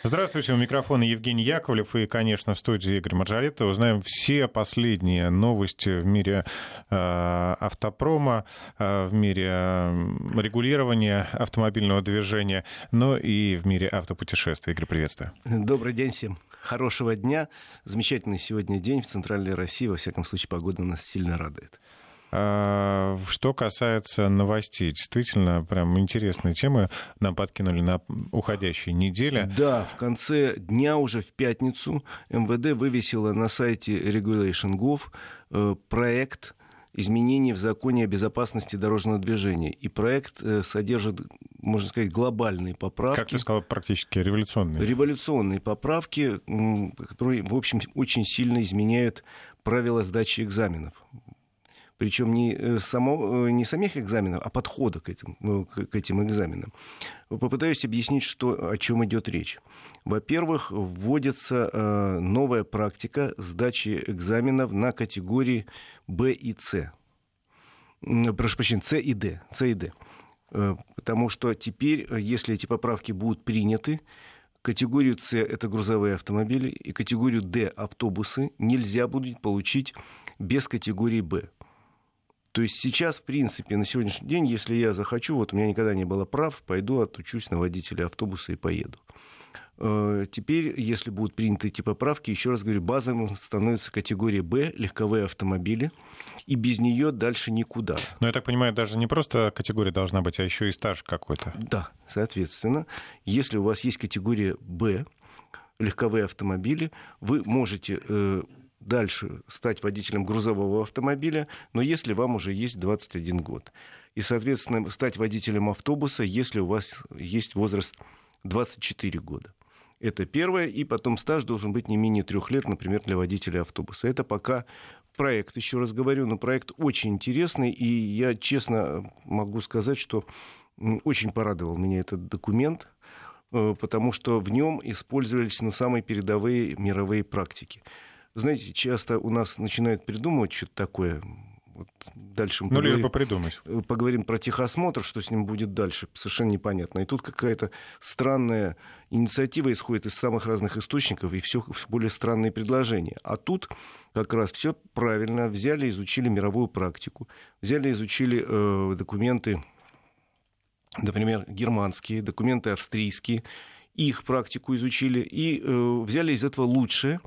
Здравствуйте, у микрофона Евгений Яковлев и, конечно, в студии Игорь Маржарета. Узнаем все последние новости в мире автопрома, в мире регулирования автомобильного движения, но и в мире автопутешествий. Игорь, приветствую. Добрый день всем. Хорошего дня. Замечательный сегодня день в Центральной России. Во всяком случае, погода нас сильно радует. Что касается новостей, действительно, прям интересные темы нам подкинули на уходящей неделе. Да, в конце дня, уже в пятницу, МВД вывесило на сайте Regulation.gov проект изменений в законе о безопасности дорожного движения. И проект содержит, можно сказать, глобальные поправки. Как ты сказал, практически революционные. Революционные поправки, которые, в общем, очень сильно изменяют правила сдачи экзаменов. Причем не самих экзаменов, а подхода к этим экзаменам. Попытаюсь объяснить, о чем идет речь. Во-первых, вводится новая практика сдачи экзаменов на категории Б и С. Прошу прощения, С и Д. Потому что теперь, если эти поправки будут приняты, категорию С — это грузовые автомобили, и категорию Д — автобусы нельзя будет получить без категории Б. То есть сейчас, в принципе, на сегодняшний день, если я захочу, вот у меня никогда не было прав, пойду отучусь на водителя автобуса и поеду. Теперь, если будут приняты эти поправки, еще раз говорю, базовым становится категория Б, легковые автомобили, и без нее дальше никуда. Но я так понимаю, даже не просто категория должна быть, а еще и стаж какой-то. Да, соответственно, если у вас есть категория Б, легковые автомобили, вы можете дальше стать водителем грузового автомобиля, но если вам уже есть 21 год. И, соответственно, стать водителем автобуса, если у вас есть возраст 24 года. Это первое. И потом стаж должен быть не менее 3 лет, например, для водителя автобуса. Это пока проект, еще раз говорю, но проект очень интересный. И я честно могу сказать, что очень порадовал меня этот документ, потому что в нем использовались самые передовые мировые практики. Знаете, часто у нас начинают придумывать что-то такое. Вот дальше мы лишь бы придумать. Поговорим про техосмотр, что с ним будет дальше, совершенно непонятно. И тут какая-то странная инициатива исходит из самых разных источников, и все более странные предложения. А тут как раз все правильно. Взяли, изучили мировую практику, взяли, изучили документы, например, германские, документы австрийские, их практику изучили, и взяли из этого лучшее,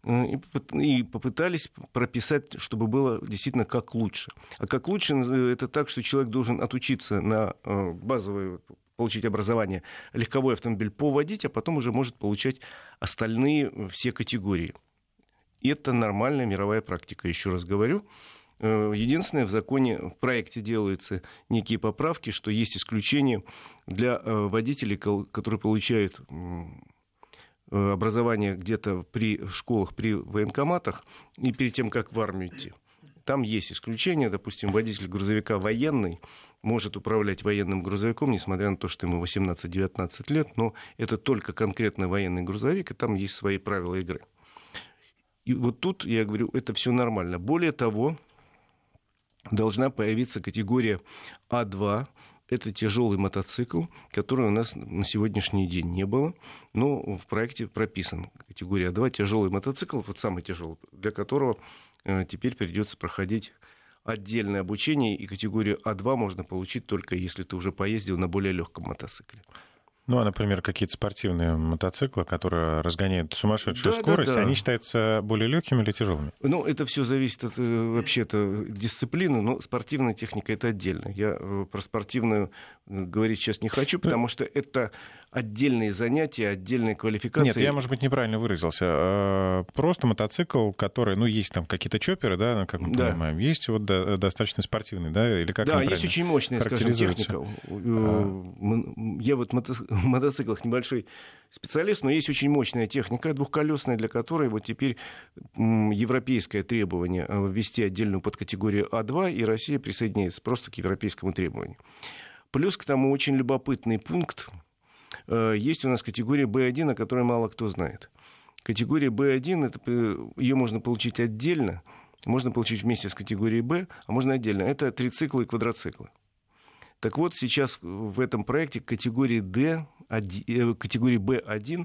и попытались прописать, чтобы было действительно как лучше. А как лучше, это так, что человек должен отучиться на базовое, получить образование, легковой автомобиль поводить, а потом уже может получать остальные все категории. И это нормальная мировая практика, еще раз говорю. Единственное, в проекте делаются некие поправки, что есть исключение для водителей, которые получают образование где-то в школах, при военкоматах, и перед тем, как в армию идти. Там есть исключения. Допустим, водитель грузовика военный может управлять военным грузовиком, несмотря на то, что ему 18-19 лет, но это только конкретно военный грузовик, и там есть свои правила игры. И вот тут, я говорю, это все нормально. Более того, должна появиться категория А2. Это тяжелый мотоцикл, который у нас на сегодняшний день не было, но в проекте прописан. Категория А2 тяжелый мотоцикл, вот самый тяжелый, для которого теперь придется проходить отдельное обучение, и категорию А2 можно получить только если ты уже поездил на более легком мотоцикле. Ну, а, например, какие-то спортивные мотоциклы, которые разгоняют сумасшедшую скорость, они считаются более легкими или тяжелыми? Ну, это все зависит от вообще-то дисциплины, но спортивная техника — это отдельно. Я про спортивную говорить сейчас не хочу, потому что это отдельные занятия, отдельные квалификации. Нет, я, может быть, неправильно выразился. Просто мотоцикл, который, есть там какие-то чопперы, да, как мы понимаем, есть вот достаточно спортивный, да, или как да, есть очень мощная, скажем, техника. Я вот в мотоциклах небольшой специалист, но есть очень мощная техника двухколесная, для которой вот теперь европейское требование ввести отдельную подкатегорию А2, и Россия присоединяется просто к европейскому требованию. Плюс к тому очень любопытный пункт. Есть у нас категория Б1, о которой мало кто знает. Категория Б1, ее можно получить отдельно, можно получить вместе с категорией Б, а можно отдельно. Это трициклы и квадроциклы. Так вот, сейчас в этом проекте категории Б1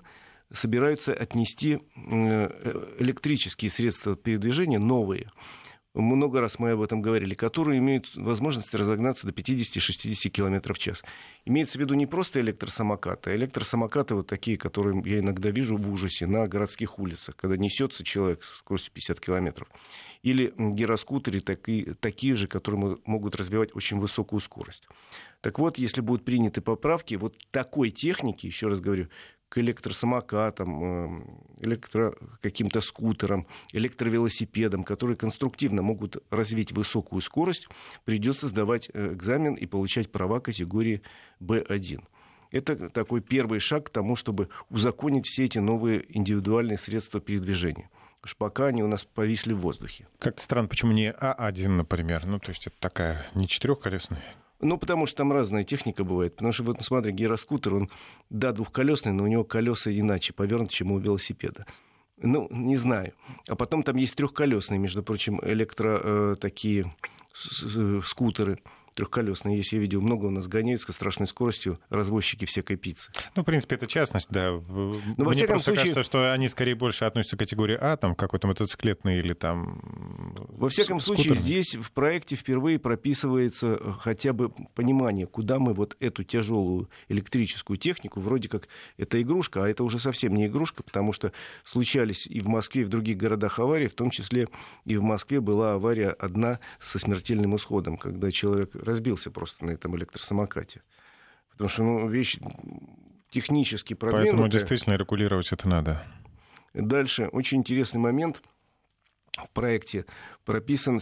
собираются отнести электрические средства передвижения, новые, много раз мы об этом говорили, которые имеют возможность разогнаться до 50-60 км в час. Имеется в виду не просто электросамокаты, а электросамокаты вот такие, которые я иногда вижу в ужасе на городских улицах, когда несется человек со скоростью 50 км. Или гироскутеры такие же, которые могут развивать очень высокую скорость. Так вот, если будут приняты поправки, вот такой техники, еще раз говорю, к электросамокатам, каким-то скутерам, электровелосипедам, которые конструктивно могут развить высокую скорость, придется сдавать экзамен и получать права категории B1. Это такой первый шаг к тому, чтобы узаконить все эти новые индивидуальные средства передвижения. Потому что пока они у нас повисли в воздухе. Как-то странно, почему не А1, например? Ну, то есть это такая не четырехколесная. Ну, потому что там разная техника бывает. Потому что, вот, смотри, гироскутер, он, да, двухколесный, но у него колеса иначе повернуты, чем у велосипеда. Ну, не знаю. А потом там есть трехколесные, между прочим, такие скутеры трехколесные. Есть, я видел, много у нас гоняют со страшной скоростью развозчики всякой пиццы. Ну, в принципе, это частность, да. Но, мне просто кажется, что они скорее больше относятся к категории А, там какой-то мотоциклетный или там... Во всяком случае, здесь в проекте впервые прописывается хотя бы понимание, куда мы вот эту тяжелую электрическую технику, вроде как это игрушка, а это уже совсем не игрушка, потому что случались и в Москве, и в других городах аварии, в том числе и в Москве была авария одна со смертельным исходом, когда человек разбился просто на этом электросамокате. Потому что вещь технически продвинутая. Поэтому действительно регулировать это надо. Дальше очень интересный момент в проекте прописан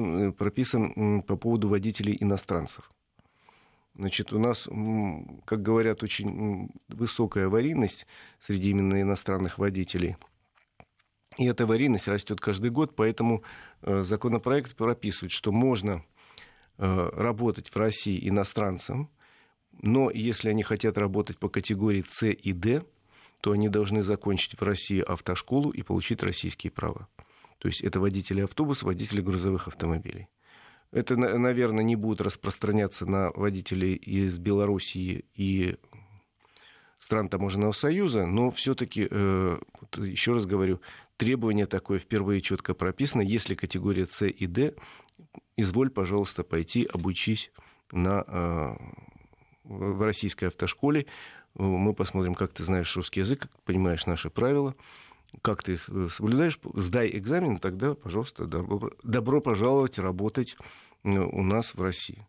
по поводу водителей иностранцев. Значит, у нас, как говорят, очень высокая аварийность среди именно иностранных водителей. И эта аварийность растет каждый год, поэтому законопроект прописывает, что можно работать в России иностранцам, но если они хотят работать по категории С и Д, то они должны закончить в России автошколу и получить российские права. То есть это водители автобусов, водители грузовых автомобилей. Это, наверное, не будет распространяться на водителей из Белоруссии и стран Таможенного союза, но все-таки, еще раз говорю, требование такое впервые четко прописано. Если категория С и Д, изволь, пожалуйста, пойти обучись в российской автошколе. Мы посмотрим, как ты знаешь русский язык, как понимаешь наши правила, как ты их соблюдаешь. Сдай экзамен, тогда, пожалуйста, добро пожаловать работать у нас в России.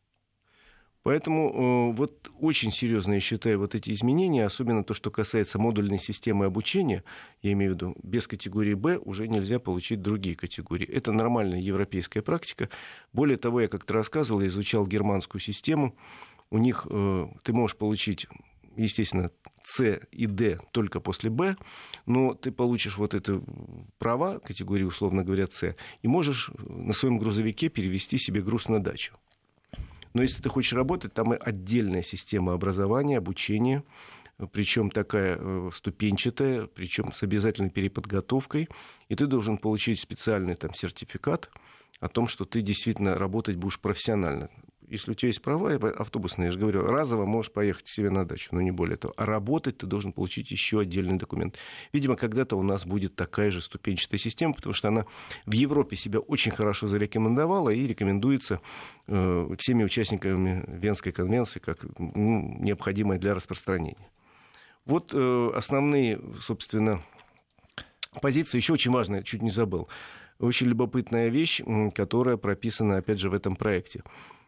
Поэтому вот очень серьезно я считаю вот эти изменения, особенно то, что касается модульной системы обучения, я имею в виду, без категории Б уже нельзя получить другие категории. Это нормальная европейская практика. Более того, я как-то рассказывал, я изучал германскую систему. У них ты можешь получить, естественно, С и Д только после Б, но ты получишь вот это права, категории, условно говоря, С, и можешь на своем грузовике перевезти себе груз на дачу. Но если ты хочешь работать, там и отдельная система образования, обучения, причем такая ступенчатая, причем с обязательной переподготовкой, и ты должен получить специальный там сертификат о том, что ты действительно работать будешь профессионально. Если у тебя есть права автобусные, я же говорю, разово можешь поехать себе на дачу, но не более того. А работать ты должен получить еще отдельный документ. Видимо, когда-то у нас будет такая же ступенчатая система, потому что она в Европе себя очень хорошо зарекомендовала и рекомендуется всеми участниками Венской конвенции как необходимая для распространения. Вот основные, собственно, позиции. Еще очень важная, чуть не забыл. Очень любопытная вещь, которая прописана, опять же, в этом проекте.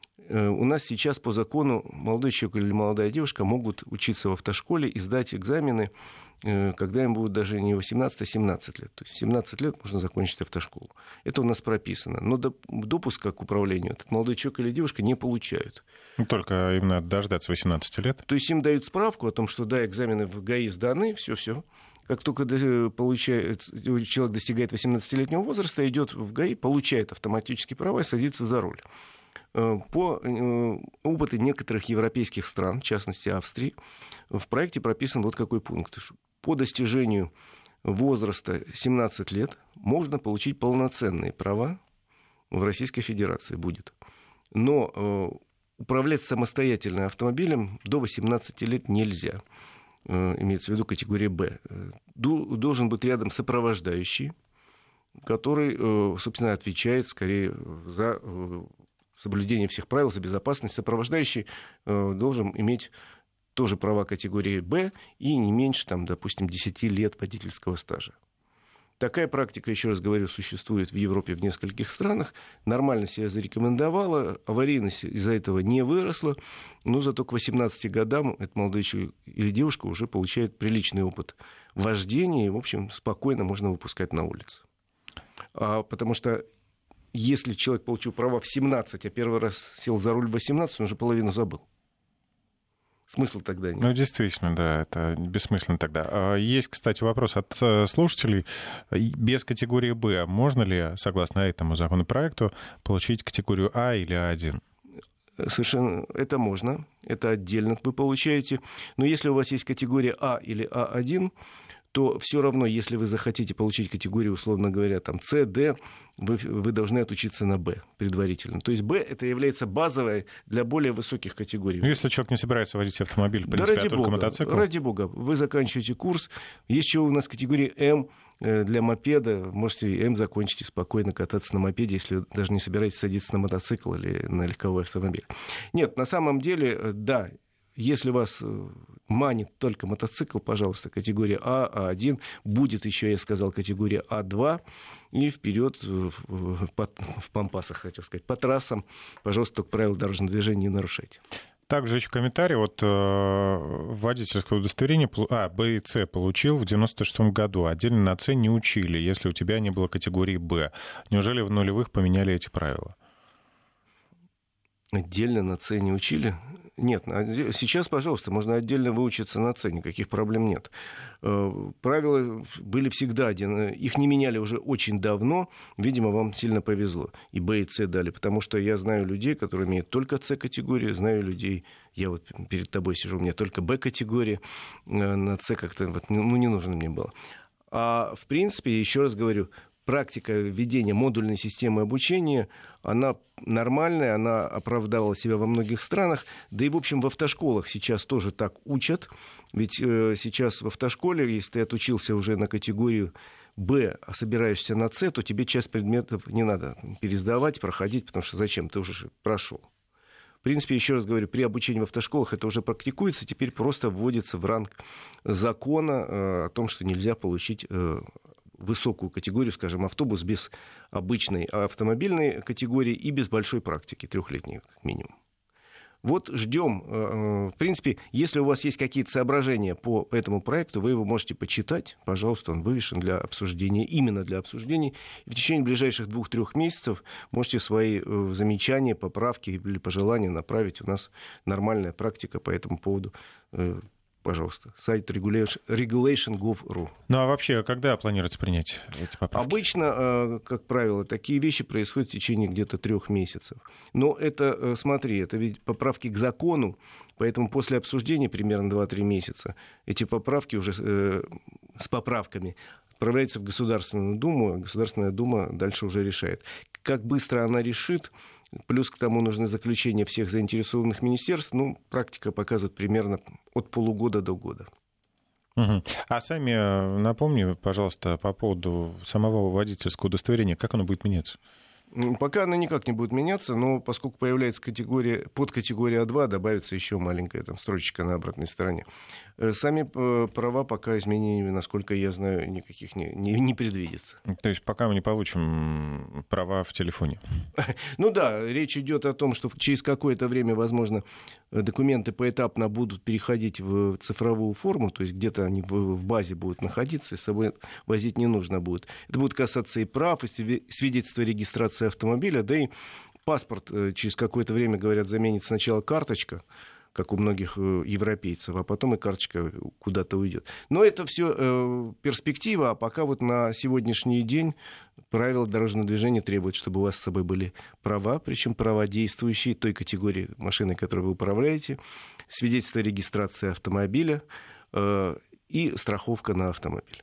У нас сейчас по закону молодой человек или молодая девушка могут учиться в автошколе и сдать экзамены, когда им будет даже не 18, а 17 лет. То есть в 17 лет можно закончить автошколу. Это у нас прописано. Но допуска к управлению этот молодой человек или девушка не получают. Только им надо дождаться 18 лет. То есть им дают справку о том, что да, экзамены в ГАИ сданы, все. Как только человек достигает 18-летнего возраста, идет в ГАИ, получает автоматически права и садится за руль. По опыту некоторых европейских стран, в частности Австрии, в проекте прописан вот какой пункт. По достижению возраста 17 лет можно получить полноценные права в Российской Федерации будет. Но управлять самостоятельно автомобилем до 18 лет нельзя. имеется в виду категория «Б». Должен быть рядом сопровождающий, который, собственно, отвечает скорее за соблюдение всех правил, за безопасность. Сопровождающий должен иметь тоже права категории «Б» и не меньше, там, допустим, 10 лет водительского стажа. Такая практика, еще раз говорю, существует в Европе в нескольких странах. Нормально себя зарекомендовала, аварийность из-за этого не выросла, но зато к 18 годам этот молодой человек или девушка уже получает приличный опыт вождения, и, в общем, спокойно можно выпускать на улицу. Потому что если человек получил права в 17, а первый раз сел за руль в 18, он уже половину забыл. Смысла тогда нет. Ну, действительно, да, это бессмысленно тогда. Есть, кстати, вопрос от слушателей. Без категории «Б» можно ли, согласно этому законопроекту, получить категорию А или А1? Совершенно это можно. Это отдельно вы получаете. Но если у вас есть категория А или А1, то все равно, если вы захотите получить категорию, условно говоря, там С, Д, вы должны отучиться на Б предварительно. То есть Б это является базовой для более высоких категорий. Ну, если человек не собирается водить автомобиль, в принципе, ради а только бога, мотоцикл. Ради бога, вы заканчиваете курс. Есть еще у нас категория М для мопеда. Можете М закончить и спокойно кататься на мопеде, если даже не собираетесь садиться на мотоцикл или на легковой автомобиль. Нет, на самом деле, да, если вас манит только мотоцикл, пожалуйста, категория А, А1, будет еще, я сказал, категория А2, и вперед в пампасах, хотел сказать, по трассам, пожалуйста, только правила дорожного движения не нарушайте. Также еще комментарий. Вот водительское удостоверение Б и С получил в 96-м году. Отдельно на С не учили, если у тебя не было категории Б. Неужели в нулевых поменяли эти правила? Отдельно на С не учили? Нет, сейчас, пожалуйста, можно отдельно выучиться на С, никаких проблем нет. Правила были всегда один, их не меняли уже очень давно, видимо, вам сильно повезло. И Б, и С дали, потому что я знаю людей, которые имеют только С-категорию, знаю людей, я вот перед тобой сижу, у меня только Б-категория, на С как-то не нужно мне было. А в принципе, еще раз говорю, практика введения модульной системы обучения, она нормальная, она оправдывала себя во многих странах. Да и, в общем, в автошколах сейчас тоже так учат. Ведь сейчас в автошколе, если ты отучился уже на категорию Б, а собираешься на С, то тебе часть предметов не надо пересдавать, проходить, потому что зачем? Ты уже прошел. В принципе, еще раз говорю, при обучении в автошколах это уже практикуется, теперь просто вводится в ранг закона о том, что нельзя получить высокую категорию, скажем, автобус без обычной автомобильной категории и без большой практики, 3-летней как минимум. Вот ждем. В принципе, если у вас есть какие-то соображения по этому проекту, вы его можете почитать. Пожалуйста, он вывешен для обсуждения, именно для обсуждения. И в течение ближайших 2-3 месяцев можете свои замечания, поправки или пожелания направить. У нас нормальная практика по этому поводу. Пожалуйста, сайт regulation.gov.ru. Ну а вообще, когда планируется принять эти поправки? Обычно, как правило, такие вещи происходят в течение где-то 3 месяцев. Но это, смотри, это ведь поправки к закону, поэтому после обсуждения примерно 2-3 месяца эти поправки уже с поправками отправляются в Государственную Думу, а Государственная Дума дальше уже решает. Как быстро она решит, плюс к тому нужны заключения всех заинтересованных министерств. Ну, практика показывает примерно от полугода до года. Угу. А сами напомни, пожалуйста, по поводу самого водительского удостоверения, как оно будет меняться? Пока она никак не будет меняться, но поскольку появляется подкатегория А2, добавится еще маленькая там строчечка на обратной стороне. Сами права пока изменений, насколько я знаю, никаких не предвидится. То есть пока мы не получим права в телефоне? Ну да, речь идет о том, что через какое-то время, возможно, документы поэтапно будут переходить в цифровую форму, то есть где-то они в базе будут находиться, и с собой возить не нужно будет. Это будет касаться и прав, и свидетельства регистрации автомобиля, да и паспорт через какое-то время, говорят, заменит сначала карточка, как у многих европейцев, а потом и карточка куда-то уйдет. Но это все перспектива, а пока вот на сегодняшний день правила дорожного движения требуют, чтобы у вас с собой были права, причем права действующие той категории машины, которой вы управляете, свидетельство регистрации автомобиля и страховка на автомобиль.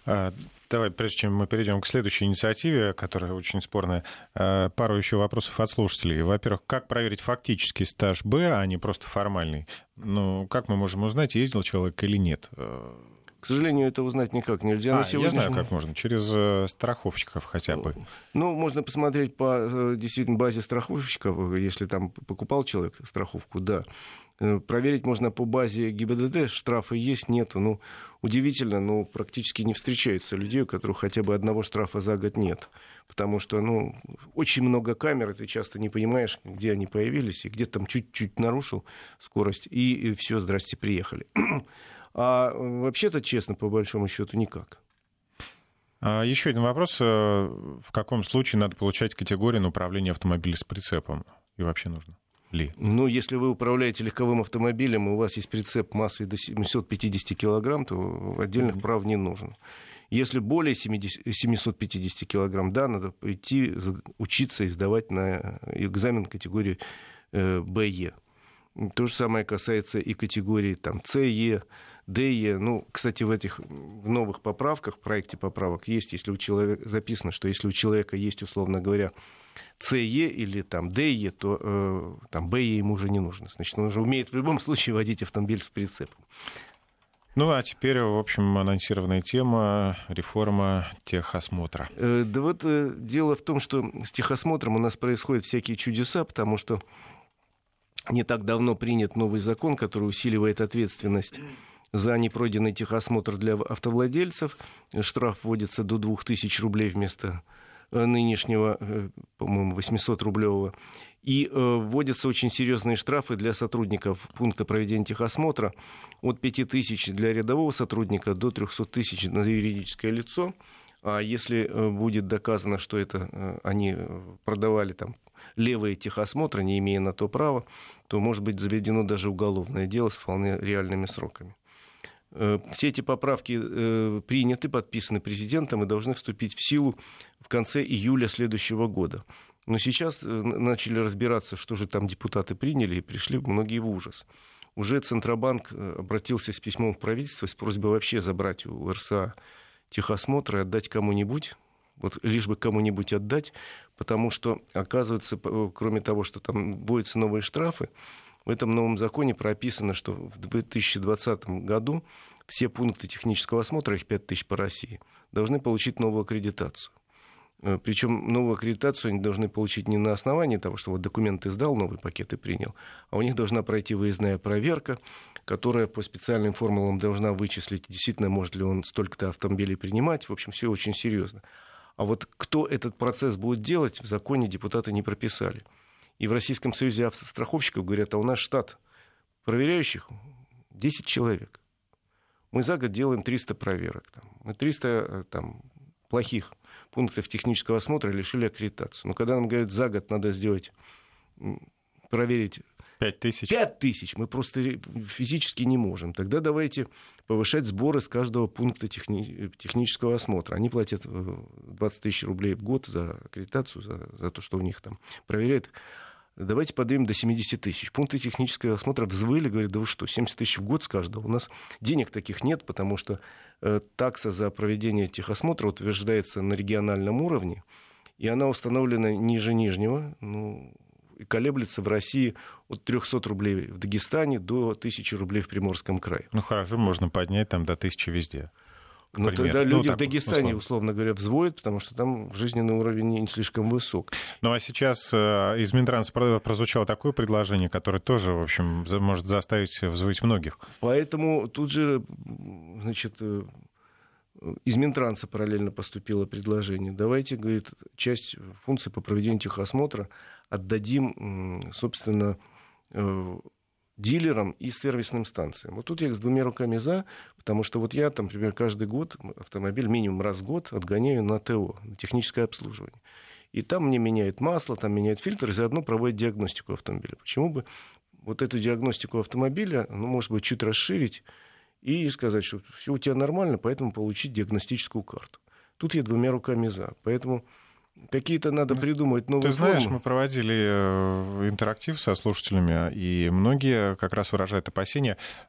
Давай, прежде чем мы перейдем к следующей инициативе, которая очень спорная, пару еще вопросов от слушателей. Во-первых, как проверить фактический стаж Б, а не просто формальный? Ну, как мы можем узнать, ездил человек или нет? К сожалению, это узнать никак нельзя. Я знаю, как можно. Через страховщиков хотя бы. Ну, можно посмотреть по действительно базе страховщиков, если там покупал человек страховку, да. Проверить можно по базе ГИБДД, штрафа есть, нету. Ну, удивительно, но практически не встречаются людей, у которых хотя бы одного штрафа за год нет. Потому что, очень много камер, и ты часто не понимаешь, где они появились, и где там чуть-чуть нарушил скорость, и все, здрасте, приехали. А вообще-то, честно, по большому счету, никак. Еще один вопрос. В каком случае надо получать категорию на управление автомобилем с прицепом? И вообще нужно ли? Ну, если вы управляете легковым автомобилем, и у вас есть прицеп массой до 750 килограмм, то отдельных прав не нужно. Если более 750 килограмм, да, надо прийти, учиться и сдавать на экзамен категории БЕ. То же самое касается и категории там, СЕ, ДЕ. Ну, кстати, в новых поправках, в проекте поправок есть, если у человека записано, что если у человека есть, условно говоря, СЕ или там ДЕ, то там БЕ ему уже не нужно. Значит, он уже умеет в любом случае водить автомобиль с прицепом. Ну, а теперь, в общем, анонсированная тема — реформа техосмотра. Да вот дело в том, что с техосмотром у нас происходят всякие чудеса, потому что не так давно принят новый закон, который усиливает ответственность за непройденный техосмотр для автовладельцев. Штраф вводится до 2000 рублей вместо нынешнего, по-моему, 800-рублевого. И вводятся очень серьезные штрафы для сотрудников пункта проведения техосмотра от 5000 для рядового сотрудника до 300 тысяч на юридическое лицо. А если будет доказано, что это они продавали там левые техосмотры, не имея на то права, то может быть заведено даже уголовное дело с вполне реальными сроками. Все эти поправки приняты, подписаны президентом и должны вступить в силу в конце июля следующего года. Но сейчас начали разбираться, что же там депутаты приняли, и пришли многие в ужас. Уже Центробанк обратился с письмом в правительство с просьбой вообще забрать у РСА техосмотр и отдать кому-нибудь, вот лишь бы кому-нибудь отдать, потому что, оказывается, кроме того, что там вводятся новые штрафы, в этом новом законе прописано, что в 2020 году все пункты технического осмотра, их 5000 по России, должны получить новую аккредитацию. Причем новую аккредитацию они должны получить не на основании того, что вот документы сдал, новый пакет и принял, а у них должна пройти выездная проверка, которая по специальным формулам должна вычислить, действительно, может ли он столько-то автомобилей принимать. В общем, все очень серьезно. А вот кто этот процесс будет делать, в законе депутаты не прописали. И в Российском союзе автостраховщиков говорят, а у нас штат проверяющих 10 человек. Мы за год делаем 300 проверок. Мы 300 плохих пунктов технического осмотра лишили аккредитации. Но когда нам говорят, за год надо сделать, проверить 5000. 5000, мы просто физически не можем. Тогда давайте повышать сборы с каждого пункта технического осмотра. Они платят 20 тысяч рублей в год за аккредитацию, за то, что у них там проверяют. Давайте поднимем до 70 тысяч. Пункты технического осмотра взвыли, говорят, да вы что, 70 тысяч в год с каждого? У нас денег таких нет, потому что такса за проведение техосмотра утверждается на региональном уровне, и она установлена ниже нижнего, и колеблется в России от 300 рублей в Дагестане до 1000 рублей в Приморском крае. Ну хорошо, можно поднять там до 1000 везде. Но тогда люди в Дагестане, условно говоря, взводят, потому что там жизненный уровень не слишком высок. Ну а сейчас из Минтранса прозвучало такое предложение, которое тоже, в общем, может заставить взвыть многих. Поэтому тут же, значит, из Минтранса параллельно поступило предложение. Давайте, говорит, часть функций по проведению техосмотра отдадим, собственно, дилерам и сервисным станциям. Вот тут я с двумя руками за, потому что вот я, там, например, каждый год автомобиль минимум раз в год отгоняю на ТО, на техническое обслуживание. И там мне меняют масло, там меняют фильтр, и заодно проводят диагностику автомобиля. Почему бы вот эту диагностику автомобиля, может быть, чуть расширить и сказать, что все у тебя нормально, поэтому получить диагностическую карту. Тут я двумя руками за. Поэтому какие-то надо придумать новые формы. Ты знаешь, мы проводили интерактив со слушателями, и многие как раз выражают опасения.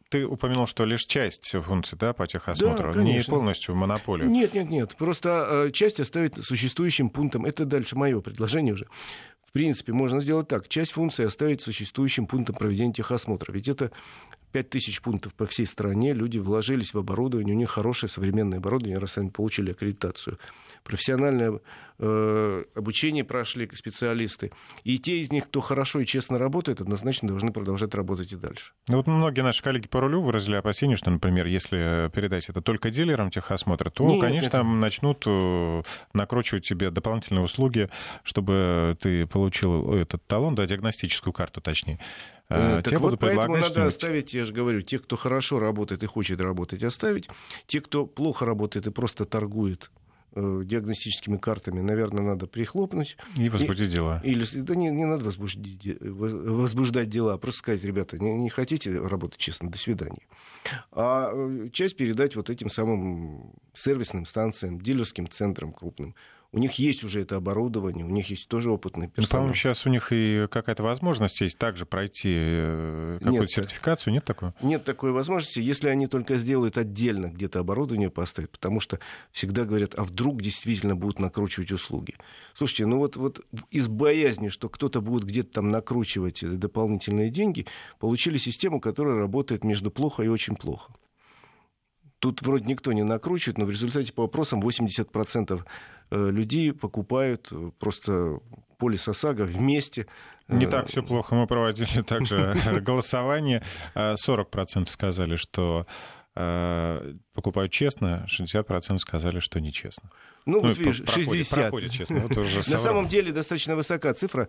ты упомянул, что лишь часть функций, да, по техосмотру, да, не полностью в монополию. Нет. Просто часть оставить существующим пунктом. Это дальше мое предложение уже. В принципе, можно сделать так. Часть функций оставить существующим пунктом проведения техосмотра. Ведь это 5000 пунктов по всей стране. Люди вложились в оборудование. У них хорошее современное оборудование, раз они получили аккредитацию. Профессиональное обучение прошли специалисты. И те из них, кто хорошо и честно работает, однозначно должны продолжать работать и дальше. Ну, вот многие наши коллеги по рулю выразили опасения, что, например, если передать это только дилерам техосмотра, то, конечно, начнут накручивать тебе дополнительные услуги, чтобы ты получил этот талон, да, диагностическую карту, точнее. Так вот, поэтому надо оставить, я же говорю, тех, кто хорошо работает и хочет работать, оставить. Те, кто плохо работает и просто торгует диагностическими картами, наверное, надо прихлопнуть. И возбудить дела. Да не надо возбуждать дела, просто сказать: ребята, не хотите работать честно, до свидания. А часть передать вот этим самым сервисным станциям, дилерским центрам крупным. У них есть уже это оборудование, у них есть тоже опытный персонал. Ну, по-моему, сейчас у них и какая-то возможность есть также пройти какую-то сертификацию. Нет такой? Нет такой возможности, если они только сделают отдельно где-то оборудование поставят, потому что всегда говорят, а вдруг действительно будут накручивать услуги. Слушайте, ну вот из боязни, что кто-то будет где-то там накручивать дополнительные деньги, получили систему, которая работает между плохо и очень плохо. Тут вроде никто не накручивает, но в результате по опросам 80% людей покупают просто полис ОСАГО вместе. Не так все плохо. Мы проводили также голосование. 40% сказали, что покупают честно, 60% сказали, что нечестно. Ну, вот видишь, 60. Проходит честно. Вот уже на самом деле достаточно высока цифра.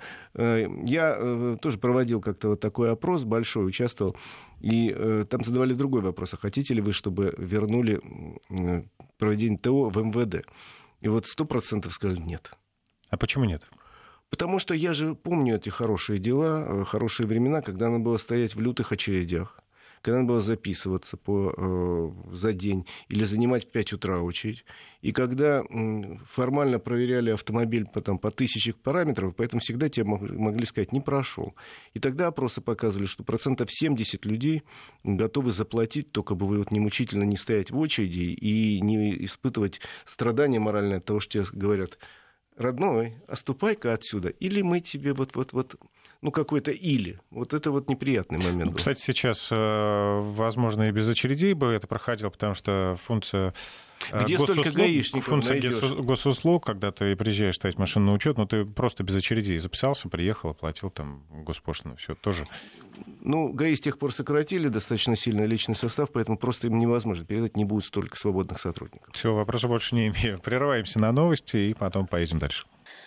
Я тоже проводил как-то вот такой опрос большой, участвовал, и там задавали другой вопрос. А хотите ли вы, чтобы вернули проведение ТО в МВД? И вот 100% сказали нет. А почему нет? Потому что я же помню эти хорошие дела, хорошие времена, когда надо было стоять в лютых очередях, когда надо было записываться за день или занимать в 5 утра очередь, и когда формально проверяли автомобиль по 1000 параметров, поэтому всегда тебе могли сказать: не прошел. И тогда опросы показывали, что 70% людей готовы заплатить, только бы вы вот не мучительно не стоять в очереди и не испытывать страдания моральные от того, что тебе говорят: родной, оступай-ка отсюда, или мы тебе какой-то или. Вот это вот неприятный момент был. Кстати, сейчас, возможно, и без очередей бы это проходило, потому что функция... Где столько гаишников функция найдешь? госуслуг, когда ты приезжаешь ставить машину на учет, но ты просто без очередей записался, приехал, оплатил там госпошлину, все тоже. Ну, ГАИ с тех пор сократили достаточно сильно личный состав, поэтому просто им невозможно передать, не будет столько свободных сотрудников. Все, вопросов больше не имею. Прерываемся на новости и потом поедем дальше.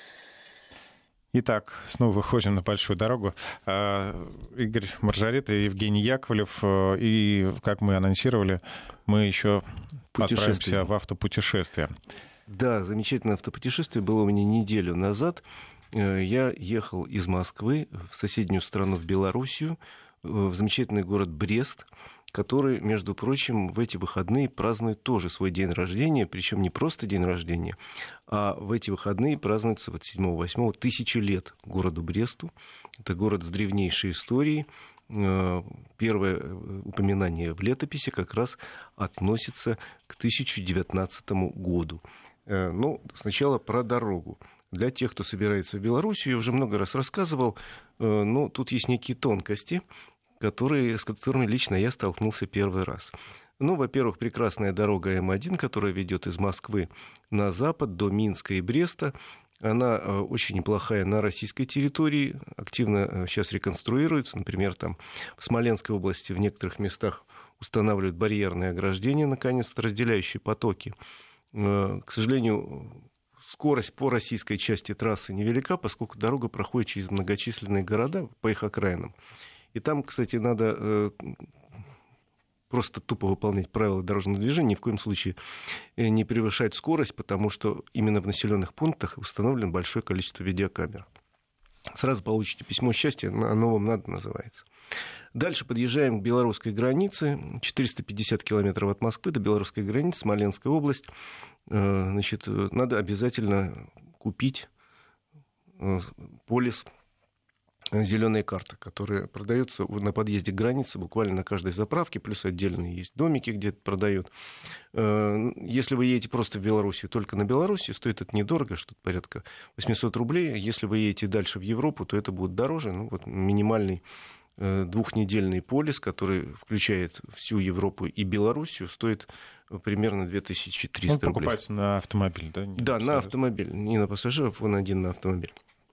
Итак, снова выходим на большую дорогу. Игорь Маржарет и Евгений Яковлев. И, как мы анонсировали, мы еще отправимся в автопутешествие. Да, замечательное автопутешествие было у меня неделю назад. Я ехал из Москвы в соседнюю страну, в Белоруссию, в замечательный город Брест, который, между прочим, в эти выходные празднует тоже свой день рождения, причем не просто день рождения, а в эти выходные празднуется 7-8 1000 лет городу Бресту. Это город с древнейшей историей. Первое упоминание в летописи как раз относится к 1019 году. Ну, сначала про дорогу. Для тех, кто собирается в Белоруссию, я уже много раз рассказывал, но тут есть некие тонкости, с которыми лично я столкнулся первый раз. Ну, во-первых, прекрасная дорога М1, которая ведет из Москвы на запад до Минска и Бреста. Она очень неплохая на российской территории, активно сейчас реконструируется. Например, там в Смоленской области в некоторых местах устанавливают барьерные ограждения, наконец-то разделяющие потоки. К сожалению, скорость по российской части трассы невелика, поскольку дорога проходит через многочисленные города по их окраинам. И там, кстати, надо просто тупо выполнять правила дорожного движения, ни в коем случае не превышать скорость, потому что именно в населенных пунктах установлено большое количество видеокамер. Сразу получите письмо счастья, оно вам надо, называется. Дальше подъезжаем к белорусской границе, 450 километров от Москвы до белорусской границы, Смоленская область. Значит, надо обязательно купить полис зеленая карта, которая продается на подъезде к границе буквально на каждой заправке, плюс отдельные есть домики, где это продают. Если вы едете просто в Белоруссию, только на Белоруссию, стоит это недорого, что-то порядка 800 рублей. Если вы едете дальше в Европу, то это будет дороже. Ну, вот минимальный двухнедельный полис, который включает всю Европу и Белоруссию, стоит примерно 2300 рублей. Покупать на автомобиль, да? Да, на автомобиль, не на пассажиров, он один на автомобиль.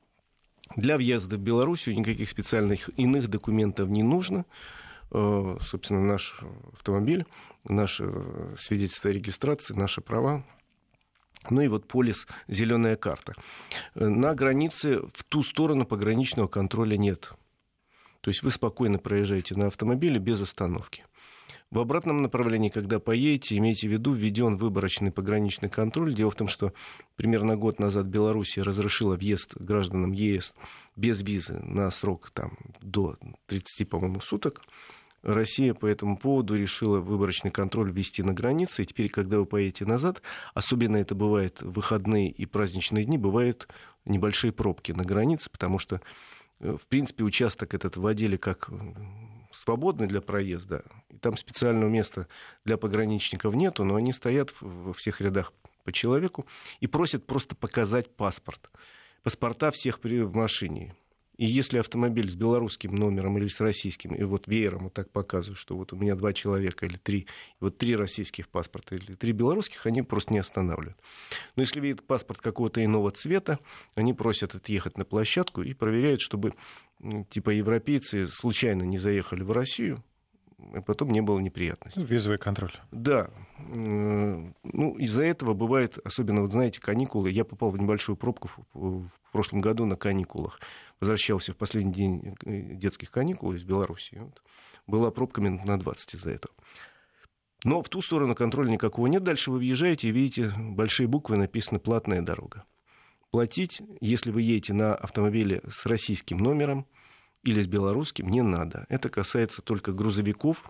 Для въезда в Белоруссию никаких специальных иных документов не нужно. Собственно, наш автомобиль, наше свидетельство о регистрации, наши права. Ну и вот полис «Зеленая карта». На границе в ту сторону пограничного контроля нет. То есть вы спокойно проезжаете на автомобиле без остановки. В обратном направлении, когда поедете, имейте в виду, введен выборочный пограничный контроль. Дело в том, что примерно год назад Белоруссия разрешила въезд гражданам ЕС без визы на срок там, до 30, по-моему, суток. Россия по этому поводу решила выборочный контроль ввести на границе. И теперь, когда вы поедете назад, особенно это бывает в выходные и праздничные дни, бывают небольшие пробки на границе, потому что, в принципе, участок этот вводили как свободный для проезда, и там специального места для пограничников нету, но они стоят во всех рядах по человеку и просят просто показать паспорт. Паспорта всех в машине. И если автомобиль с белорусским номером или с российским, и вот веером вот так показывают, что вот у меня 2 человека или 3, и вот 3 российских паспорта или 3 белорусских, они просто не останавливают. Но если видят паспорт какого-то иного цвета, они просят отъехать на площадку и проверяют, чтобы типа европейцы случайно не заехали в Россию, а потом не было неприятностей. Визовый контроль. Да. Ну, из-за этого бывает, особенно, вот знаете, каникулы. Я попал в небольшую пробку в прошлом году на каникулах. Возвращался в последний день детских каникул из Беларуси. Вот. Была пробка минут на 20 из-за этого. Но в ту сторону контроля никакого нет. Дальше вы въезжаете и видите, большие буквы написано «платная дорога». Платить, если вы едете на автомобиле с российским номером или с белорусским, не надо. Это касается только грузовиков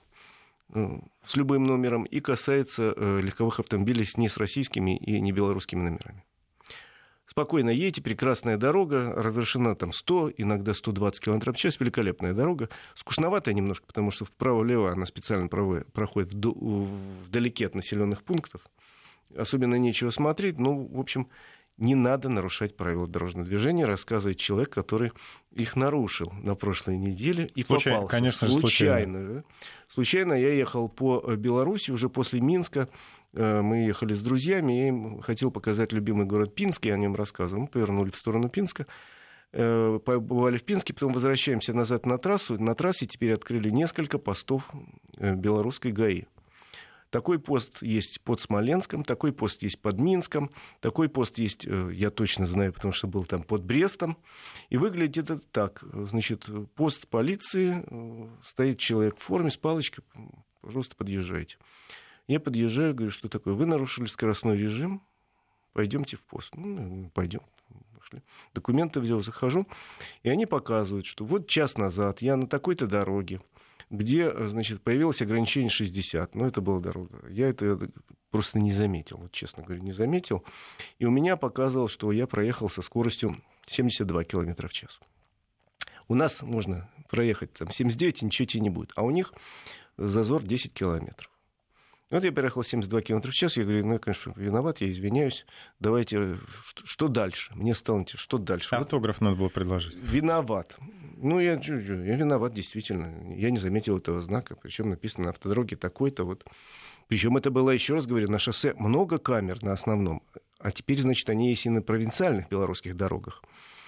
с любым номером и касается легковых автомобилей не с российскими и не белорусскими номерами. Спокойно едете, прекрасная дорога, разрешена там 100, иногда 120 км в час, великолепная дорога. Скучноватая немножко, потому что вправо-влево она специально проходит вдалеке от населенных пунктов. Особенно нечего смотреть, но, в общем, не надо нарушать правила дорожного движения, рассказывает человек, который их нарушил на прошлой неделе и попался. Конечно, случайно. Случайно я ехал по Беларуси уже после Минска. Мы ехали с друзьями, я им хотел показать любимый город Пинск, я о нем рассказывал. Мы повернули в сторону Пинска, побывали в Пинске, потом возвращаемся назад на трассу. На трассе теперь открыли несколько постов белорусской ГАИ. Такой пост есть под Смоленском, такой пост есть под Минском, такой пост есть, я точно знаю, потому что был там под Брестом. И выглядит это так. Значит, пост полиции, стоит человек в форме с палочкой, пожалуйста, подъезжайте. Я подъезжаю, говорю, что такое? Вы нарушили скоростной режим, пойдемте в пост. Ну, пойдем. Пошли. Документы взял, захожу, и они показывают, что вот час назад я на такой-то дороге, где, значит, появилось ограничение 60. Ну, это была дорога. Я это просто не заметил, вот честно говоря, не заметил. И у меня показывалось, что я проехал со скоростью 72 км в час. У нас можно проехать там 79, и ничего тебе не будет. А у них зазор 10 километров. Вот я проехал 72 км в час, я говорю, ну, я, конечно, виноват, я извиняюсь, давайте, что дальше? Мне стало интересно, что дальше? Автограф надо было предложить. Виноват. Ну, я виноват, действительно. Я не заметил этого знака, причем написано на автодороге такой-то вот. Причем это было, еще раз говорю, на шоссе много камер на основном, а теперь, значит, они есть и на провинциальных белорусских дорогах.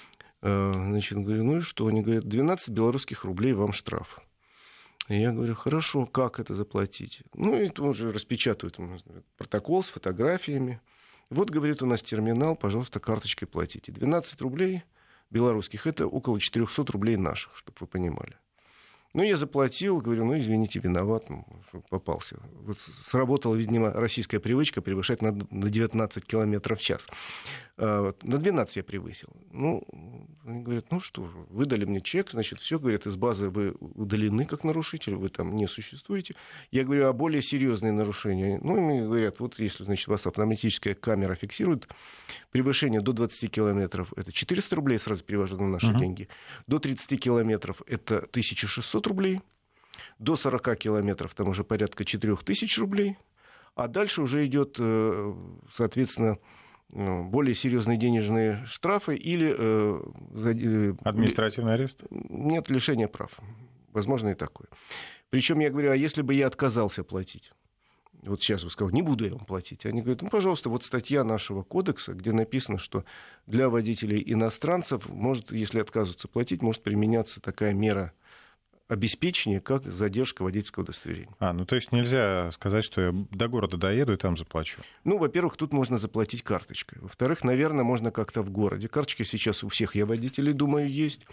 Значит, говорю, ну и что? Они говорят, 12 белорусских рублей вам штраф. И я говорю, хорошо, как это заплатить? Ну, и тут же распечатывают протокол с фотографиями. Вот, говорит, у нас терминал, пожалуйста, карточкой платите. 12 рублей белорусских, это около 400 рублей наших, чтобы вы понимали. Ну, я заплатил, говорю, ну, извините, виноват, попался. Вот сработала, видимо, российская привычка превышать на 19 километров в час. На 12 я превысил. Ну, они говорят, ну что же, выдали мне чек, значит, все, говорят, из базы вы удалены как нарушитель, вы там не существуете. Я говорю, а более серьезные нарушения? Ну, и мне говорят, вот если, значит, вас автоматическая камера фиксирует, превышение до 20 километров, это 400 рублей, сразу перевожу на наши деньги, до 30 километров это 1600 рублей, до 40 километров там уже порядка 4000 рублей, а дальше уже идет, соответственно, более серьезные денежные штрафы или... Административный арест? Нет, лишение прав. Возможно, и такое. Причем я говорю, а если бы я отказался платить? Вот сейчас бы сказал, не буду я вам платить. Они говорят, ну, пожалуйста, вот статья нашего кодекса, где написано, что для водителей иностранцев, может, если отказываться платить, может применяться такая мера обеспечения, как задержка водительского удостоверения. Ну то есть нельзя сказать, что я до города доеду и там заплачу? Ну, во-первых, тут можно заплатить карточкой. Во-вторых, наверное, можно как-то в городе. Карточки сейчас у всех, я водителей, думаю, есть.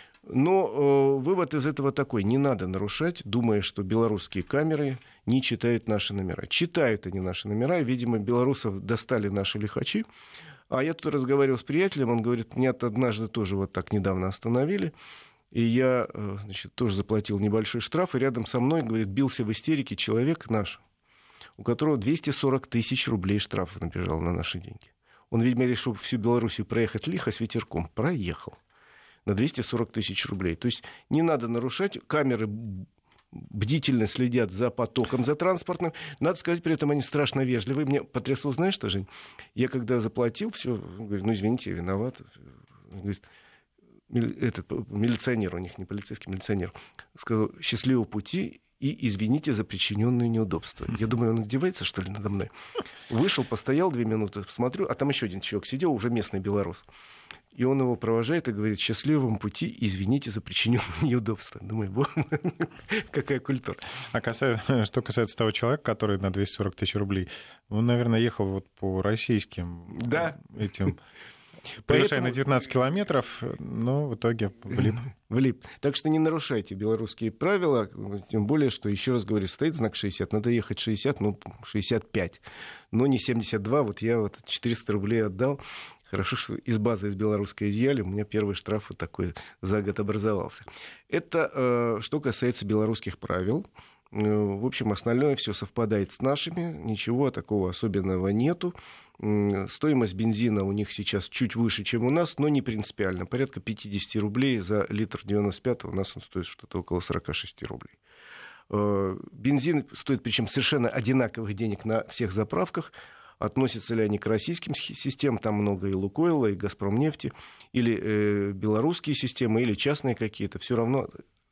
Но вывод из этого такой. Не надо нарушать, думая, что белорусские камеры не читают наши номера. Читают они наши номера, и, видимо, белорусов достали наши лихачи. А я тут разговаривал с приятелем, он говорит, меня однажды тоже вот так недавно остановили. И я, значит, тоже заплатил небольшой штраф, и рядом со мной, говорит, бился в истерике человек наш, у которого 240 тысяч рублей штрафов набежало на наши деньги. Он, видимо, решил всю Белоруссию проехать лихо с ветерком. Проехал на 240 тысяч рублей. То есть не надо нарушать. Камеры бдительно следят за потоком, за транспортным. Надо сказать, при этом они страшно вежливые. Мне потрясло, знаешь что, Жень? Я когда заплатил, все, говорю, ну, извините, я виноват. Он говорит, этот милиционер у них, не полицейский, милиционер, сказал, счастливого пути и извините за причиненные неудобства. Я думаю, он издевается, что ли, надо мной. Вышел, постоял 2 минуты, смотрю, а там еще один человек сидел, уже местный белорус. И он его провожает и говорит, счастливого пути, извините за причиненные неудобства. Думаю, какая культура. Что касается того человека, который на 240 тысяч рублей, он, наверное, ехал вот по российским этим... Превышая на 19 километров, но в итоге влип. Так что не нарушайте белорусские правила, тем более, что, еще раз говорю, стоит знак 60, надо ехать 60, ну, 65, но не 72. Вот я 400 рублей отдал. Хорошо, что из базы из белорусской изъяли, у меня первый штраф вот такой за год образовался. Это что касается белорусских правил. В общем, остальное все совпадает с нашими, ничего такого особенного нету. Стоимость бензина у них сейчас чуть выше, чем у нас, но не принципиально. Порядка 50 рублей за литр 95, у нас он стоит что-то около 46 рублей. Бензин стоит, причем совершенно одинаковых денег на всех заправках. Относятся ли они к российским системам, там много и Лукойла, и Газпромнефти, или белорусские системы, или частные какие-то, все равно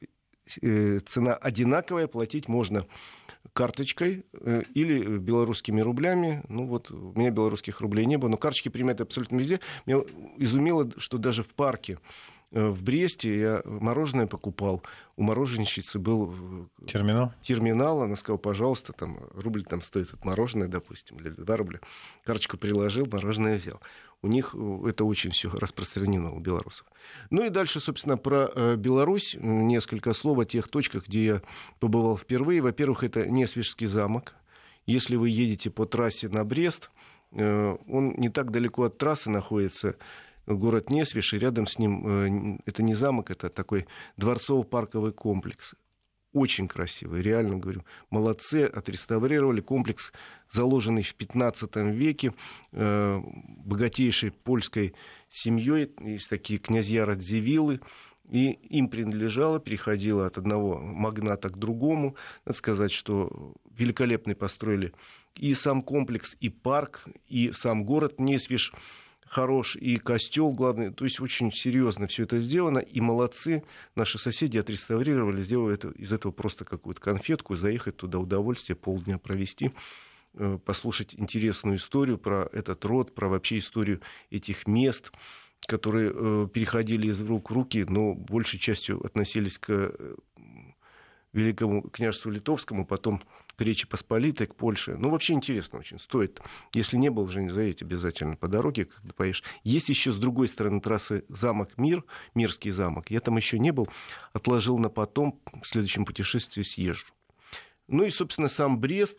цена одинаковая, платить можно карточкой или белорусскими рублями. Ну вот, у меня белорусских рублей не было, но карточки применяют абсолютно везде. Меня изумило, что даже в парке в Бресте я мороженое покупал. У мороженщицы был терминал. Она сказала, пожалуйста, там, рубль там стоит от мороженое, допустим, или 2 рубля. Карточку приложил, мороженое взял. У них это очень все распространено, у белорусов. Ну и дальше, собственно, про Беларусь. Несколько слов о тех точках, где я побывал впервые. Во-первых, это Несвежский замок. Если вы едете по трассе на Брест, он не так далеко от трассы находится, город Несвеж, и рядом с ним, это не замок, это такой дворцово-парковый комплекс. Очень красивый, реально говорю. Молодцы, отреставрировали комплекс, заложенный в 15 веке богатейшей польской семьей. Есть такие князья Радзивиллы. И им принадлежало, переходило от одного магната к другому. Надо сказать, что великолепно построили и сам комплекс, и парк, и сам город Несвеж хорош, и костел главный. То есть очень серьезно все это сделано. И молодцы, наши соседи отреставрировали, сделали из этого просто какую-то конфетку, заехать туда, удовольствие, полдня провести, послушать интересную историю про этот род, про вообще историю этих мест, которые переходили из рук в руки, но большей частью относились к Великому княжеству Литовскому, потом к Речи Посполитой, к Польше. Ну, вообще интересно очень, стоит. Если не был, Жень, заедь обязательно по дороге, когда поедешь. Есть еще с другой стороны трассы замок Мир, Мирский замок. Я там еще не был, отложил на потом, в следующем путешествии съезжу. Ну и, собственно, сам Брест.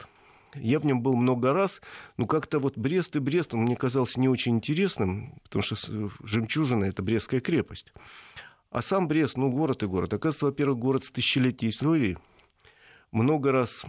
Я в нем был много раз, но как-то вот Брест и Брест, он мне казался не очень интересным, потому что жемчужина — это Брестская крепость. А сам Брест, ну, город и город. Оказывается, во-первых, город с тысячелетней историей. Много раз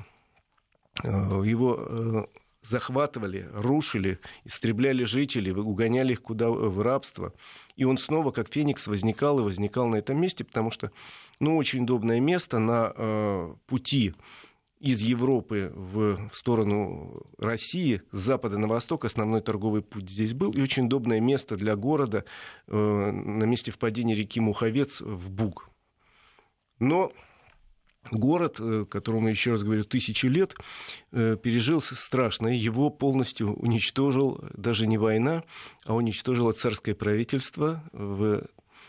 его захватывали, рушили, истребляли жителей, угоняли их куда в рабство. И он снова, как феникс, возникал и возникал на этом месте, потому что, ну, очень удобное место на пути из Европы в сторону России, с запада на восток, основной торговый путь здесь был, и очень удобное место для города на месте впадения реки Муховец в Буг. Но город, которому, еще раз говорю, 1000 лет, пережил страшное. Его полностью уничтожил даже не война, а уничтожило царское правительство. В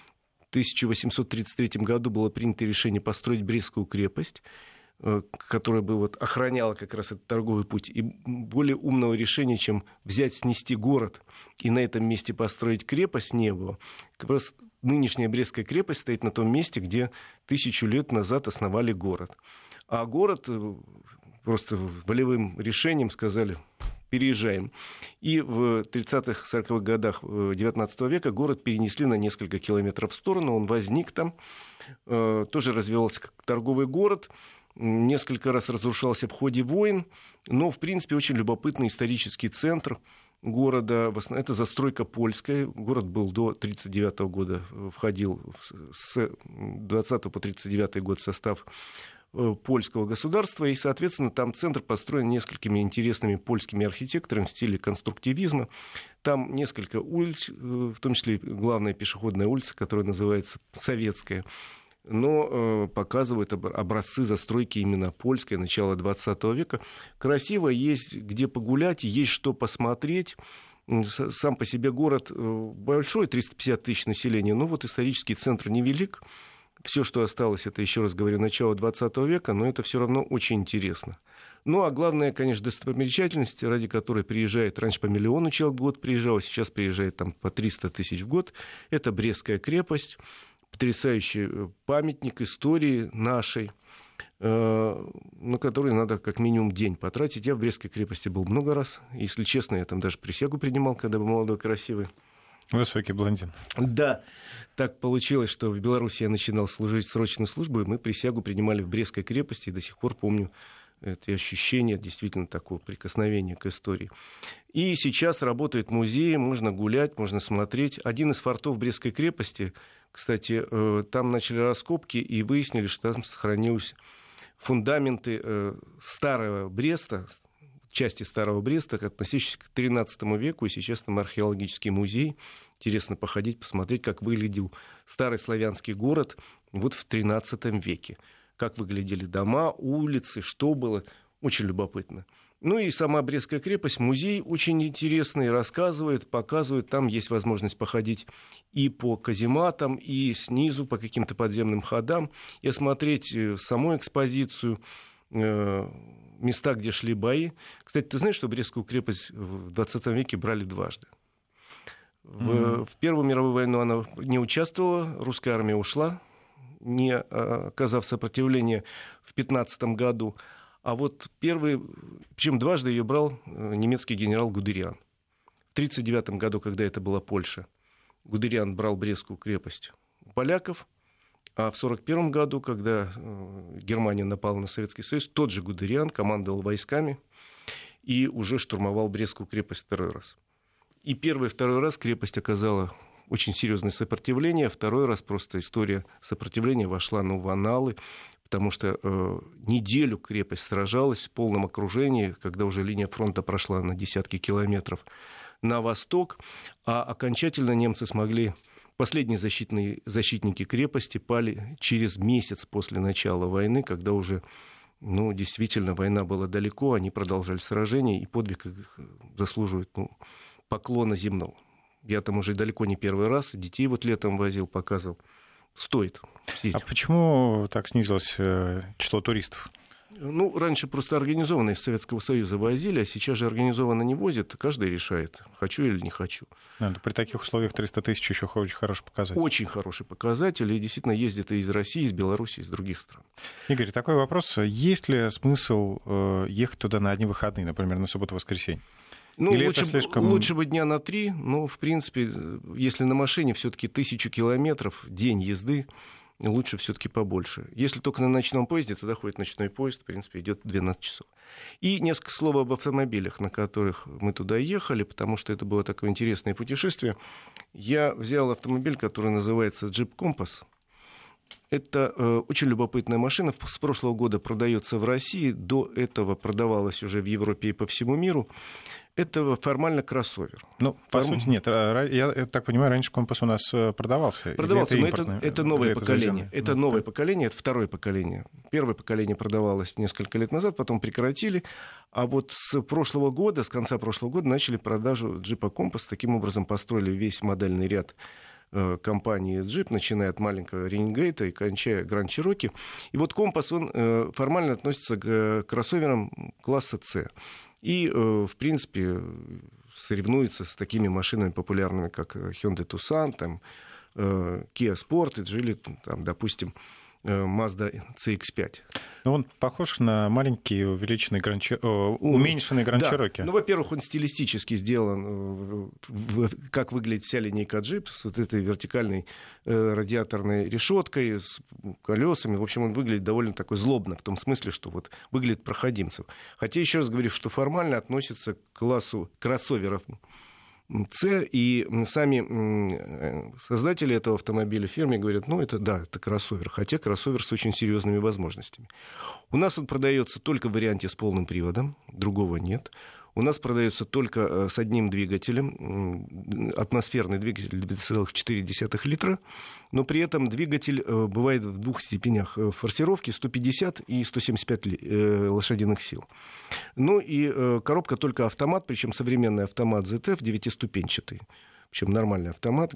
1833 году было принято решение построить Брестскую крепость, которая бы вот охраняла как раз этот торговый путь. И более умного решения, чем взять, снести город и на этом месте построить крепость, не было. Как раз нынешняя Брестская крепость стоит на том месте, где 1000 лет назад основали город. А город просто волевым решением сказали: переезжаем. И в 30-х, 40-х годах XIX века город перенесли на несколько километров в сторону. Он возник там, тоже развивался как торговый город. Несколько раз разрушался в ходе войн, но, в принципе, очень любопытный исторический центр города. Это застройка польская. Город был до 1939 года, входил с 20 по 1939 год в состав польского государства, и, соответственно, там центр построен несколькими интересными польскими архитекторами в стиле конструктивизма. Там несколько улиц, в том числе главная пешеходная улица, которая называется Советская, но показывают образцы застройки именно польской, начала XX века. Красиво, есть где погулять, есть что посмотреть. Сам по себе город большой, 350 тысяч населения, но вот исторический центр невелик. Все, что осталось, это, еще раз говорю, начало XX века, но это все равно очень интересно. Ну, а главная, конечно, достопримечательность, ради которой приезжает, раньше по 1 миллиону человек в год приезжало, сейчас приезжает там по 300 тысяч в год, это Брестская крепость. Потрясающий памятник истории нашей, на который надо как минимум день потратить. Я в Брестской крепости был много раз. Если честно, я там даже присягу принимал, когда был молодой, красивый. Высокий блондин. Да, так получилось, что в Беларуси я начинал служить срочную службу, и мы присягу принимали в Брестской крепости, и до сих пор помню это ощущение действительно такого прикосновения к истории. И сейчас работает музей, можно гулять, можно смотреть. Один из фортов Брестской крепости, кстати, там начали раскопки и выяснили, что там сохранились фундаменты старого Бреста, части старого Бреста, относящиеся к XIII веку, и сейчас там археологический музей. Интересно походить, посмотреть, как выглядел старый славянский город вот в XIII веке. Как выглядели дома, улицы, что было. Очень любопытно. Ну и сама Брестская крепость, музей очень интересный, рассказывает, показывает. Там есть возможность походить и по казематам, и снизу по каким-то подземным ходам, и осмотреть саму экспозицию, места, где шли бои. Кстати, ты знаешь, что Брестскую крепость в 20 веке брали дважды? В Первую мировую войну она не участвовала, русская армия ушла, не оказав сопротивления в 15 году. А вот причем дважды ее брал немецкий генерал Гудериан. В 1939 году, когда это была Польша, Гудериан брал Брестскую крепость у поляков, а в 1941 году, когда Германия напала на Советский Союз, тот же Гудериан командовал войсками и уже штурмовал Брестскую крепость второй раз. И первый и второй раз крепость оказала очень серьезное сопротивление, второй раз просто история сопротивления вошла в анналы, потому что неделю крепость сражалась в полном окружении, когда уже линия фронта прошла на десятки километров на восток, а окончательно немцы смогли... Последние защитники крепости пали через месяц после начала войны, когда уже, действительно, война была далеко, они продолжали сражение, и подвиг их заслуживает поклона земного. Я там уже далеко не первый раз, детей вот летом возил, показывал. Стоит. А почему так снизилось число туристов? Ну, раньше просто организованно из Советского Союза возили, а сейчас же организованно не возят. Каждый решает, хочу или не хочу. При таких условиях 300 тысяч еще очень хороший показатель. Очень хороший показатель. И действительно ездят и из России, из Беларуси, из других стран. Игорь, такой вопрос. Есть ли смысл ехать туда на одни выходные, например, на субботу-воскресенье? Ну, лучше бы дня на 3, но, в принципе, если на машине все-таки 1000 километров, день езды, лучше все-таки побольше. Если только на ночном поезде, тогда ходит ночной поезд, в принципе, идет 12 часов. И несколько слов об автомобилях, на которых мы туда ехали, потому что это было такое интересное путешествие. Я взял автомобиль, который называется Jeep Compass. Это очень любопытная машина. С прошлого года продается в России, до этого продавалась уже в Европе и по всему миру. Это формально кроссовер. Ну, по сути, нет. Я так понимаю, раньше Компас у нас продавался. Продавался, но это новое поколение. Это новое поколение, это второе поколение. Первое поколение продавалось несколько лет назад, потом прекратили. А вот с прошлого года, с конца прошлого года начали продажу джипа Компас. Таким образом построили весь модельный ряд компании Jeep, начиная от маленького Renegade и кончая Grand Cherokee. И вот Компас, он формально относится к кроссоверам класса C. И, в принципе, соревнуется с такими машинами популярными, как Hyundai Tucson, там, Kia Sport, и Geely, там, допустим, Mazda CX-5. Ну, он похож на маленький уменьшенный Grand Cherokee. Да. Ну, во-первых, он стилистически сделан, как выглядит вся линейка Jeep, с вот этой вертикальной радиаторной решеткой, с колесами. В общем, он выглядит довольно такой злобно, в том смысле, что вот выглядит проходимцем. Хотя, еще раз говорю, что формально относится к классу кроссоверов C, и сами создатели этого автомобиля в фирме говорят, ну, это кроссовер, хотя кроссовер с очень серьезными возможностями. У нас он продается только в варианте с полным приводом, другого нет. У нас продается только с одним двигателем, атмосферный двигатель 2,4 литра, но при этом двигатель бывает в двух степенях форсировки, 150 и 175 лошадиных сил. Ну и коробка только автомат, причем современный автомат ZF 9-ступенчатый, причем нормальный автомат,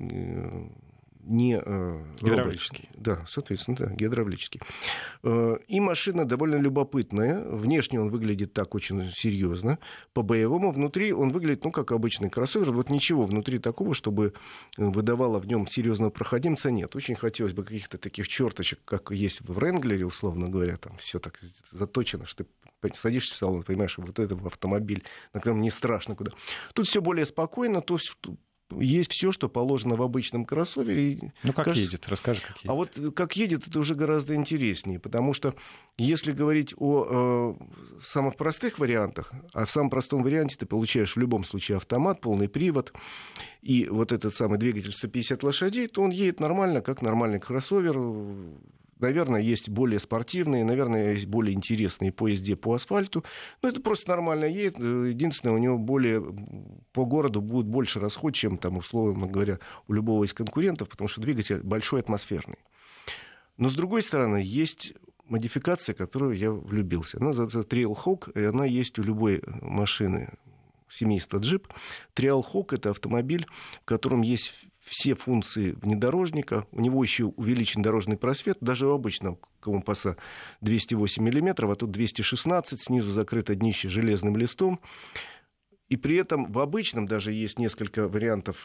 не гидравлический. Да, соответственно, да, гидравлический. И машина довольно любопытная. Внешне он выглядит так очень серьезно. По-боевому внутри он выглядит, ну, как обычный кроссовер. Вот ничего внутри такого, чтобы выдавало в нем серьезного проходимца, нет. Очень хотелось бы каких-то таких черточек, как есть в Wrangler, условно говоря. Там все так заточено, что ты садишься в салон, понимаешь, вот это автомобиль, на котором не страшно куда. Тут все более спокойно, то есть все, что положено в обычном кроссовере. Ну, как едет? Расскажи, как едет. А вот как едет, это уже гораздо интереснее, потому что если говорить о самых простых вариантах, а в самом простом варианте ты получаешь в любом случае автомат, полный привод и вот этот самый двигатель 150 лошадей, то он едет нормально, как нормальный кроссовер. Наверное, есть более спортивные, наверное, есть более интересные по езде по асфальту. Но это просто нормально едет. Единственное, у него по городу будет больше расход, чем, там, условно говоря, у любого из конкурентов, потому что двигатель большой, атмосферный. Но, с другой стороны, есть модификация, в которую я влюбился. Она называется Trailhawk, и она есть у любой машины семейства Jeep. Trailhawk — это автомобиль, в котором есть все функции внедорожника, у него еще увеличен дорожный просвет, даже у обычного компаса 208 мм, а тут 216, снизу закрыто днище железным листом. И при этом в обычном даже есть несколько вариантов,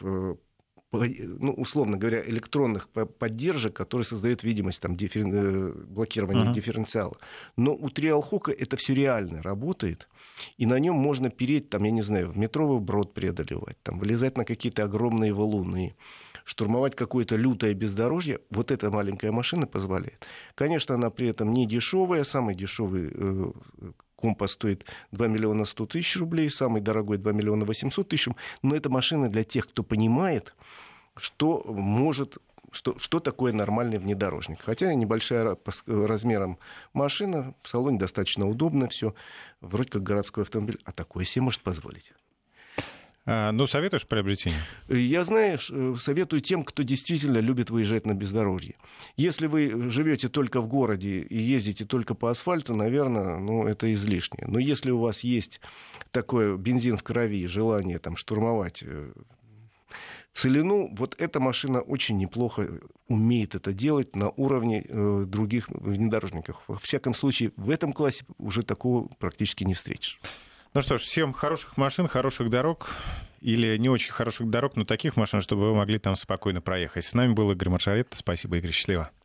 ну, условно говоря, электронных поддержек, которые создают видимость там, блокирования дифференциала. Но у Trailhawk это все реально работает, и на нем можно переть, там, я не знаю, в метровый брод преодолевать, там, вылезать на какие-то огромные валуны, штурмовать какое-то лютое бездорожье. Вот эта маленькая машина позволяет. Конечно, она при этом не дешевая, самый дешевый Компас стоит 2 миллиона 100 тысяч рублей, самый дорогой 2 миллиона 800 тысяч, но это машина для тех, кто понимает, что такое нормальный внедорожник. Хотя небольшая размером машина, в салоне достаточно удобно все, вроде как городской автомобиль, а такое себе может позволить. Ну, советуешь приобретение? Я, знаешь, советую тем, кто действительно любит выезжать на бездорожье. Если вы живете только в городе и ездите только по асфальту, наверное, ну, это излишне. Но если у вас есть такой бензин в крови, желание там, штурмовать целину, вот эта машина очень неплохо умеет это делать на уровне других внедорожников. Во всяком случае, в этом классе уже такого практически не встретишь. Ну что ж, всем хороших машин, хороших дорог, или не очень хороших дорог, но таких машин, чтобы вы могли там спокойно проехать. С нами был Игорь Маржаретта. Спасибо, Игорь, счастливо.